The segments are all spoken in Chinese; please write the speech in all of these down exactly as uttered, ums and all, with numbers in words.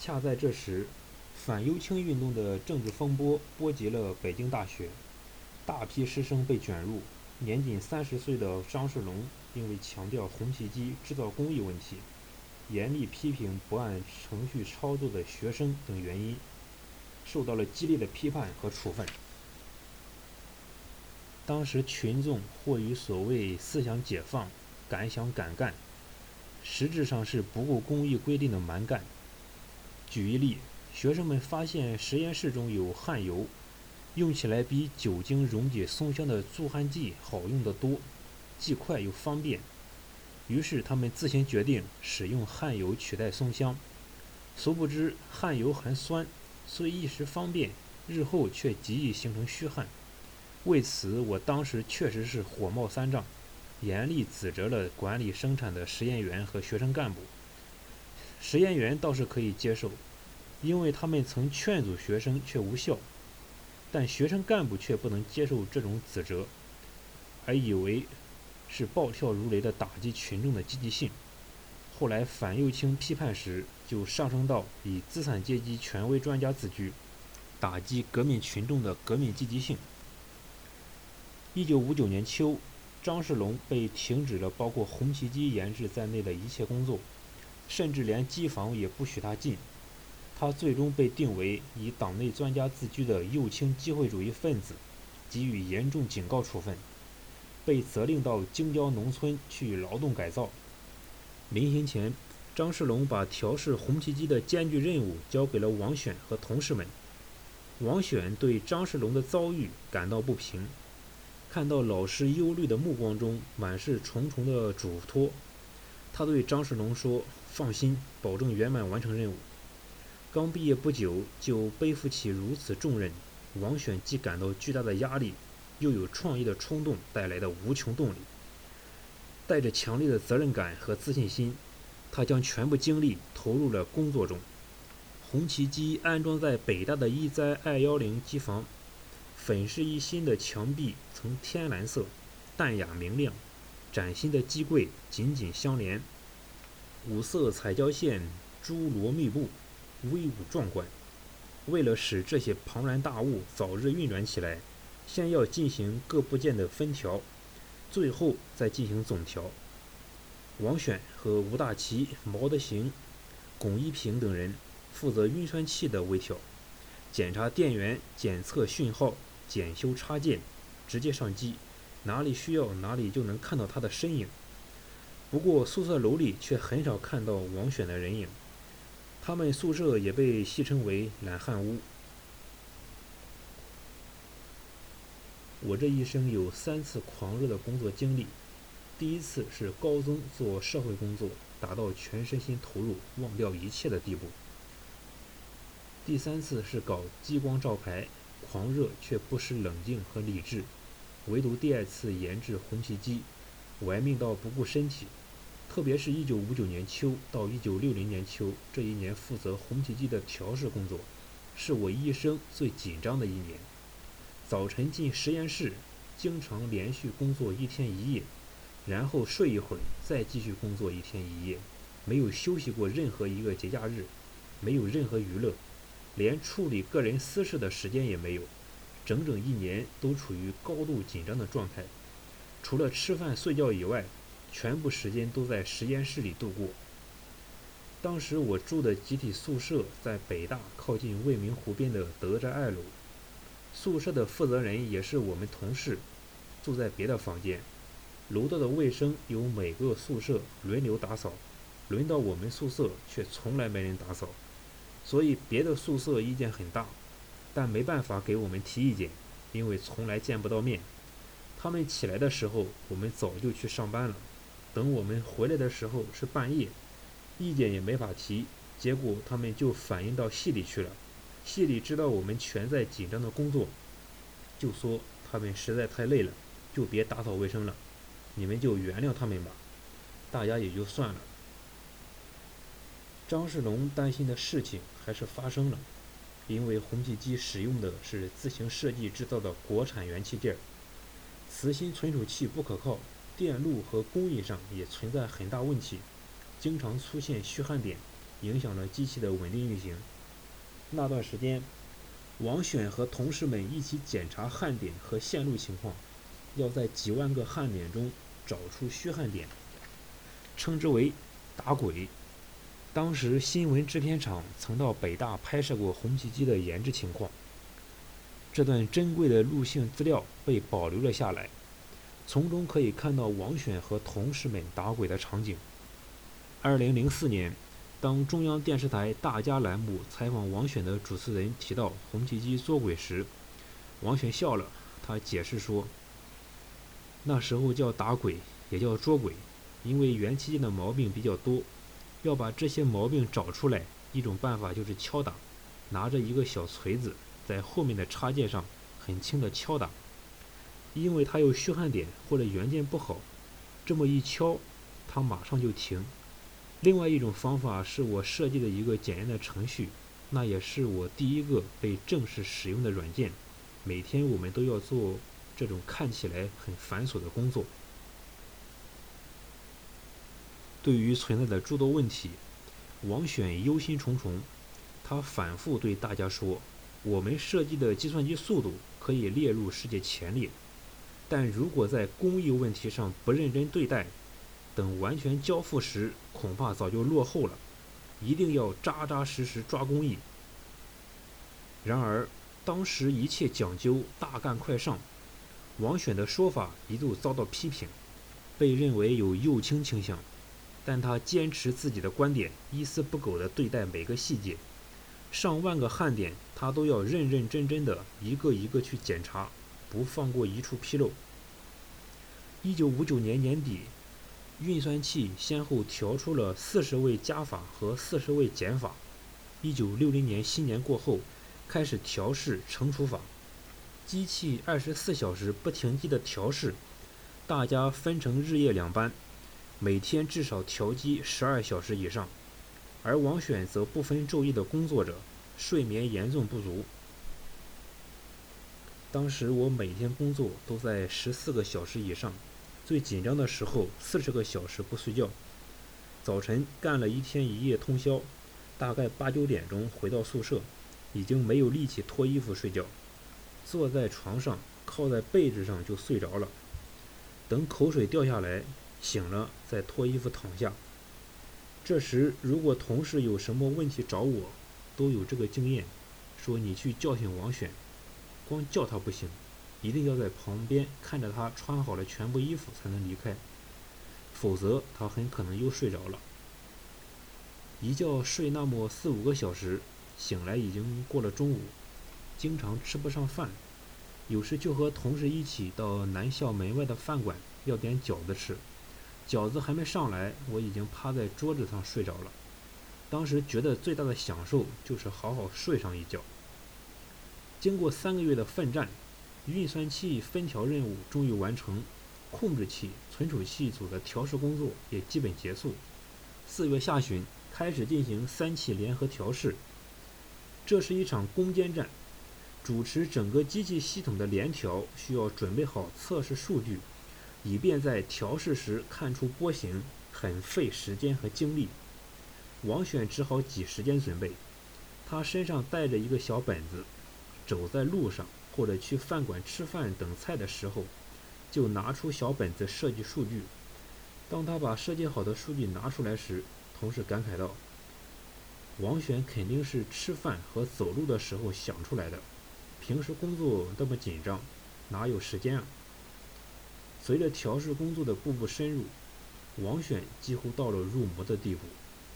恰在这时，反右倾运动的政治风波波及了北京大学，大批师生被卷入。年仅三十岁的张世龙因为强调红旗机制造工艺问题，严厉批评不按程序操作的学生等原因，受到了激烈的批判和处分。当时群众或于所谓思想解放，敢想敢干，实质上是不顾工艺规定的蛮干。举一例，学生们发现实验室中有焊油，用起来比酒精溶解松香的助焊剂好用得多，既快又方便。于是他们自行决定使用焊油取代松香。殊不知焊油含酸，虽一时方便，日后却极易形成虚焊。为此，我当时确实是火冒三丈，严厉指责了管理生产的实验员和学生干部。实验员倒是可以接受，因为他们曾劝阻学生却无效，但学生干部却不能接受这种指责，而以为是暴跳如雷的打击群众的积极性。后来反右倾批判时，就上升到以资产阶级权威专家自居，打击革命群众的革命积极性。一九五九年秋，张世龙被停止了包括红旗机研制在内的一切工作，甚至连机房也不许他进。他最终被定为以党内专家自居的右倾机会主义分子，给予严重警告处分，被责令到京郊农村去劳动改造。临行前，张世龙把调试红旗机的艰巨任务交给了王选和同事们。王选对张世龙的遭遇感到不平，看到老师忧虑的目光中满是重重的嘱托，他对张世龙说：“放心，保证圆满完成任务。”刚毕业不久就背负起如此重任，王选既感到巨大的压力，又有创业的冲动带来的无穷动力。带着强烈的责任感和自信心，他将全部精力投入了工作中。红旗机安装在北大的一哉二一零机房，粉饰一新的墙壁呈天蓝色，淡雅明亮，崭新的机柜紧紧相连，五色彩胶线珠罗密布，威武壮观。为了使这些庞然大物早日运转起来，先要进行各部件的分调，最后再进行总调。王选和吴大奇、毛德行、龚一平等人负责运算器的微调，检查电源，检测讯号，检修插件，直接上机，哪里需要哪里就能看到他的身影。不过宿舍楼里却很少看到王选的人影，他们宿舍也被戏称为懒汉屋。我这一生有三次狂热的工作经历。第一次是高中做社会工作，达到全身心投入、忘掉一切的地步。第三次是搞激光照排，狂热却不失冷静和理智。唯独第二次研制红旗机，玩命到不顾身体。特别是一九五九年秋到一九六零年秋这一年，负责红旗机的调试工作，是我一生最紧张的一年。早晨进实验室，经常连续工作一天一夜，然后睡一会儿，再继续工作一天一夜，没有休息过任何一个节假日，没有任何娱乐，连处理个人私事的时间也没有，整整一年都处于高度紧张的状态。除了吃饭睡觉以外，全部时间都在实验室里度过。当时我住的集体宿舍在北大靠近未名湖边的德斋二楼，宿舍的负责人也是我们同事，住在别的房间。楼道的卫生由每个宿舍轮流打扫，轮到我们宿舍却从来没人打扫，所以别的宿舍意见很大，但没办法给我们提意见，因为从来见不到面。他们起来的时候，我们早就去上班了，等我们回来的时候是半夜，意见也没法提，结果他们就反映到系里去了。系里知道我们全在紧张的工作，就说他们实在太累了，就别打扫卫生了，你们就原谅他们吧。大家也就算了。张世龙担心的事情还是发生了，因为红旗机使用的是自行设计制造的国产元器件，磁芯存储器不可靠，电路和工艺上也存在很大问题，经常出现虚焊点， 影响了机器的稳定运行。那段时间，王选和同事们一起检查焊点和线路情况，要在几万个焊点中找出虚焊点，称之为打轨。当时新闻制片厂曾到北大拍摄过红旗机的研制情况，这段珍贵的录像资料被保留了下来，从中可以看到王选和同事们打轨的场景。二零零四年，当中央电视台大家栏目采访王选的主持人提到红旗机捉轨时，王选笑了，他解释说，那时候叫打轨也叫捉轨，因为原器件的毛病比较多，要把这些毛病找出来，一种办法就是敲打，拿着一个小锤子在后面的插件上很轻的敲打，因为它有虚焊点或者元件不好，这么一敲它马上就停。另外一种方法是我设计的一个简单的程序，那也是我第一个被正式使用的软件，每天我们都要做这种看起来很繁琐的工作。对于存在的诸多问题，王选忧心忡忡，他反复对大家说，我们设计的计算机速度可以列入世界前列，但如果在工艺问题上不认真对待，等完全交付时恐怕早就落后了，一定要扎扎实实抓工艺。然而当时一切讲究大干快上，王选的说法一度遭到批评，被认为有右倾倾向，但他坚持自己的观点，一丝不苟地对待每个细节，上万个焊点他都要认认真真的一个一个去检查，不放过一处纰漏。一九五九年年底，运算器先后调出了四十位加法和四十位减法。一九六零年新年过后，开始调试乘除法，机器二十四小时不停机的调试，大家分成日夜两班，每天至少调机十二小时以上。而王选则不分昼夜的工作着，睡眠严重不足。当时我每天工作都在十四个小时以上，最紧张的时候四十个小时不睡觉。早晨干了一天一夜通宵，大概八九点钟回到宿舍，已经没有力气脱衣服睡觉，坐在床上靠在被子上就睡着了，等口水掉下来醒了再脱衣服躺下。这时如果同事有什么问题找我，都有这个经验，说你去叫醒王选，光叫他不行，一定要在旁边看着他穿好了全部衣服才能离开，否则他很可能又睡着了。一觉睡那么四五个小时，醒来已经过了中午，经常吃不上饭，有时就和同事一起到南校门外的饭馆要点饺子吃，饺子还没上来，我已经趴在桌子上睡着了。当时觉得最大的享受就是好好睡上一觉。经过三个月的奋战，运算器分调任务终于完成，控制器、存储器组的调试工作也基本结束。四月下旬开始进行三气联合调试，这是一场攻坚战。主持整个机器系统的联调需要准备好测试数据，以便在调试时看出波形，很费时间和精力。王选只好挤时间准备，他身上带着一个小本子，走在路上或者去饭馆吃饭等菜的时候，就拿出小本子设计数据。当他把设计好的数据拿出来时，同事感慨道，王选肯定是吃饭和走路的时候想出来的，平时工作那么紧张，哪有时间啊？随着调试工作的步步深入，王选几乎到了入魔的地步。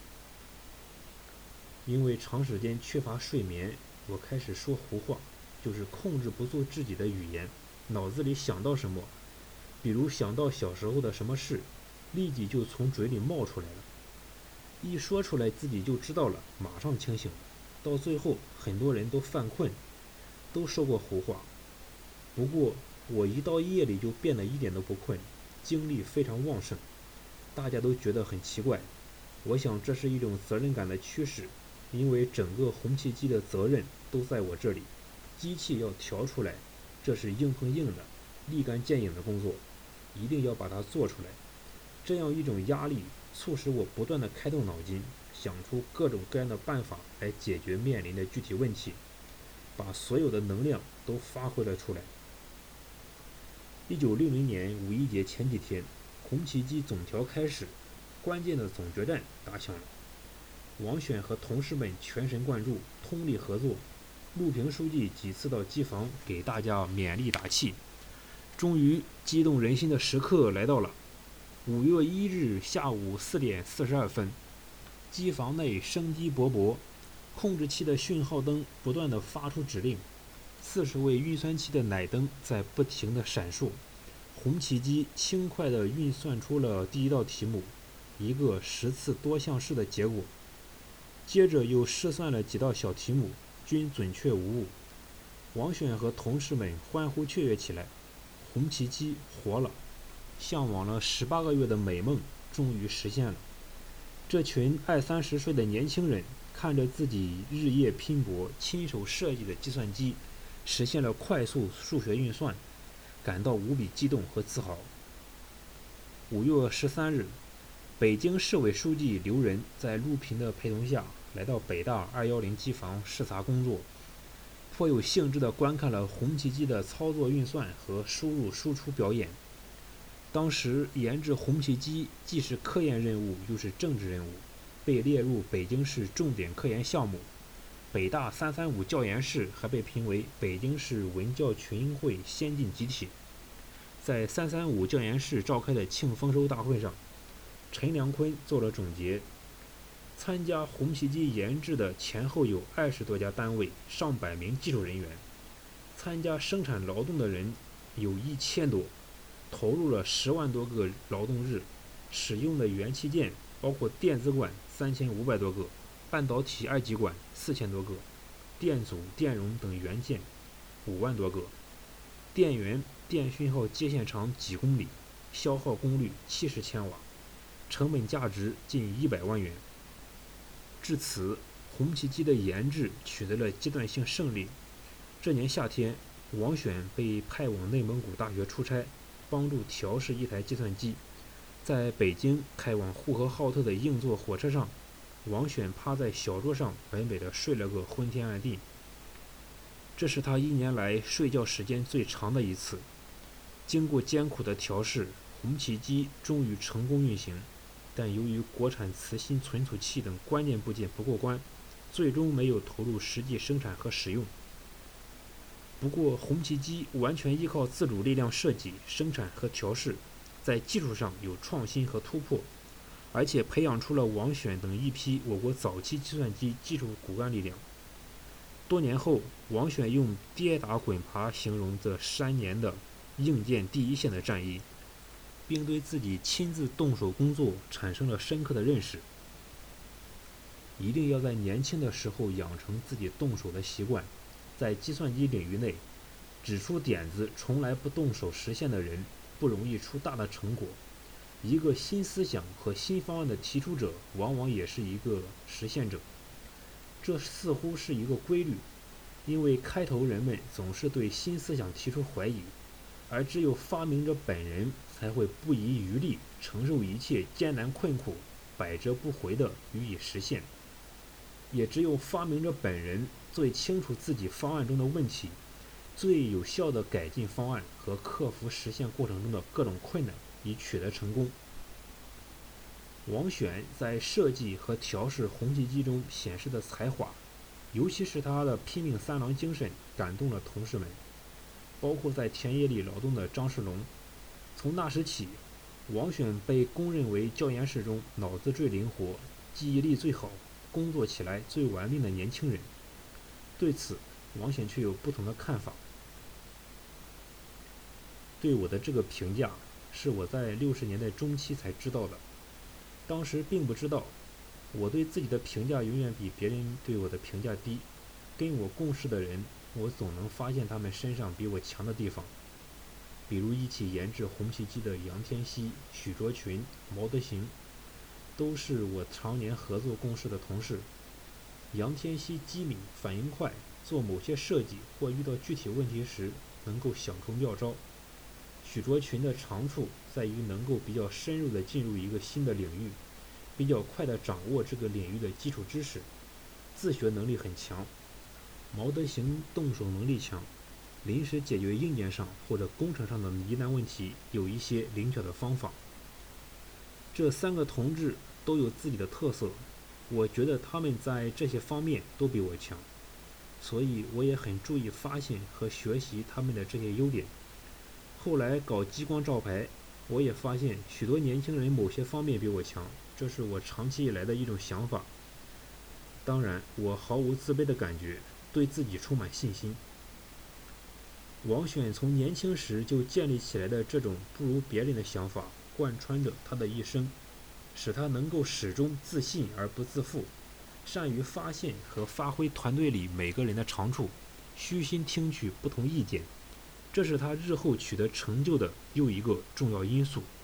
因为长时间缺乏睡眠，我开始说胡话，就是控制不住自己的语言，脑子里想到什么，比如想到小时候的什么事，立即就从嘴里冒出来了。一说出来自己就知道了，马上清醒了。到最后很多人都犯困，都说过胡话。不过我一到夜里就变得一点都不困，精力非常旺盛，大家都觉得很奇怪。我想这是一种责任感的驱使，因为整个红旗机的责任都在我这里，机器要调出来，这是硬碰硬的、立竿见影的工作，一定要把它做出来。这样一种压力促使我不断地开动脑筋， 想出各种各样的办法来解决面临的具体问题，把所有的能量都发挥了出来。一九六零年五一节前几天，红旗机总调开始，关键的总决战打响了。王选和同事们全神贯注，通力合作。陆平书记几次到机房给大家勉励打气。终于，激动人心的时刻来到了。五月一日下午四点四十二分，机房内生机勃勃，控制器的讯号灯不断地发出指令，四十位运算器的奶灯在不停地闪烁。红旗机轻快地运算出了第一道题目，一个十次多项式的结果。接着又试算了几道小题目，均准确无误。王选和同事们欢呼雀跃起来，红旗机活了，向往了十八个月的美梦终于实现了。这群二三十岁的年轻人看着自己日夜拼搏、亲手设计的计算机实现了快速数学运算，感到无比激动和自豪。五月十三日，北京市委书记刘仁在陆平的陪同下来到北大二一零机房视察工作，颇有兴致地观看了红旗机的操作运算和输入输出表演。当时研制红旗机既是科研任务又是政治任务，被列入北京市重点科研项目。北大三三五教研室还被评为北京市文教群英会先进集体。在三三五教研室召开的庆丰收大会上，陈良坤做了总结。参加红旗机研制的前后有二十多家单位，上百名技术人员，参加生产劳动的人有一千多，投入了十万多个劳动日，使用的元器件包括电子管三千五百多个，半导体二极管四千多个，电阻、电容等元件五万多个，电源、电讯号接线长几公里，消耗功率七十千瓦，成本价值近一百万元。至此，红旗机的研制取得了阶段性胜利。这年夏天，王选被派往内蒙古大学出差，帮助调试一台计算机。在北京开往呼和浩特的硬座火车上，王选趴在小桌上稳稳地睡了个昏天暗地。这是他一年来睡觉时间最长的一次。经过艰苦的调试，红旗机终于成功运行，但由于国产磁芯存储器等关键部件不过关，最终没有投入实际生产和使用。不过，红旗机完全依靠自主力量设计、生产和调试，在技术上有创新和突破，而且培养出了王选等一批我国早期计算机技术骨干力量。多年后，王选用跌打滚爬形容这三年的硬件第一线的战役，并对自己亲自动手工作产生了深刻的认识。一定要在年轻的时候养成自己动手的习惯。在计算机领域内，指出点子从来不动手实现的人，不容易出大的成果。一个新思想和新方案的提出者，往往也是一个实现者。这似乎是一个规律，因为开头人们总是对新思想提出怀疑，而只有发明者本人才会不遗余力承受一切艰难困苦，百折不回地予以实现。也只有发明者本人最清楚自己方案中的问题，最有效的改进方案和克服实现过程中的各种困难，以取得成功。王选在设计和调试红旗机中显示的才华，尤其是他的拼命三郎精神，感动了同事们，包括在田野里劳动的张世龙。从那时起，王选被公认为教研室中脑子最灵活、记忆力最好、工作起来最玩命的年轻人。对此，王选却有不同的看法。对我的这个评价，是我在六十年代中期才知道的。当时并不知道，我对自己的评价永远比别人对我的评价低。跟我共事的人，我总能发现他们身上比我强的地方。比如一起研制红旗机的杨天锡、许卓群、毛德行，都是我常年合作共事的同事。杨天锡机敏、反应快，做某些设计或遇到具体问题时能够想出妙招。许卓群的长处在于能够比较深入地进入一个新的领域， 比较快地掌握这个领域的基础知识，自学能力很强。毛德行动手能力强，临时解决硬件上或者工程上的疑难问题有一些灵巧的方法。这三个同志都有自己的特色，我觉得他们在这些方面都比我强，所以我也很注意发现和学习他们的这些优点。后来搞激光照排，我也发现许多年轻人某些方面比我强，这是我长期以来的一种想法。当然，我毫无自卑的感觉，对自己充满信心。王选从年轻时就建立起来的这种不如别人的想法，贯穿着他的一生，使他能够始终自信而不自负，善于发现和发挥团队里每个人的长处，虚心听取不同意见，这是他日后取得成就的又一个重要因素。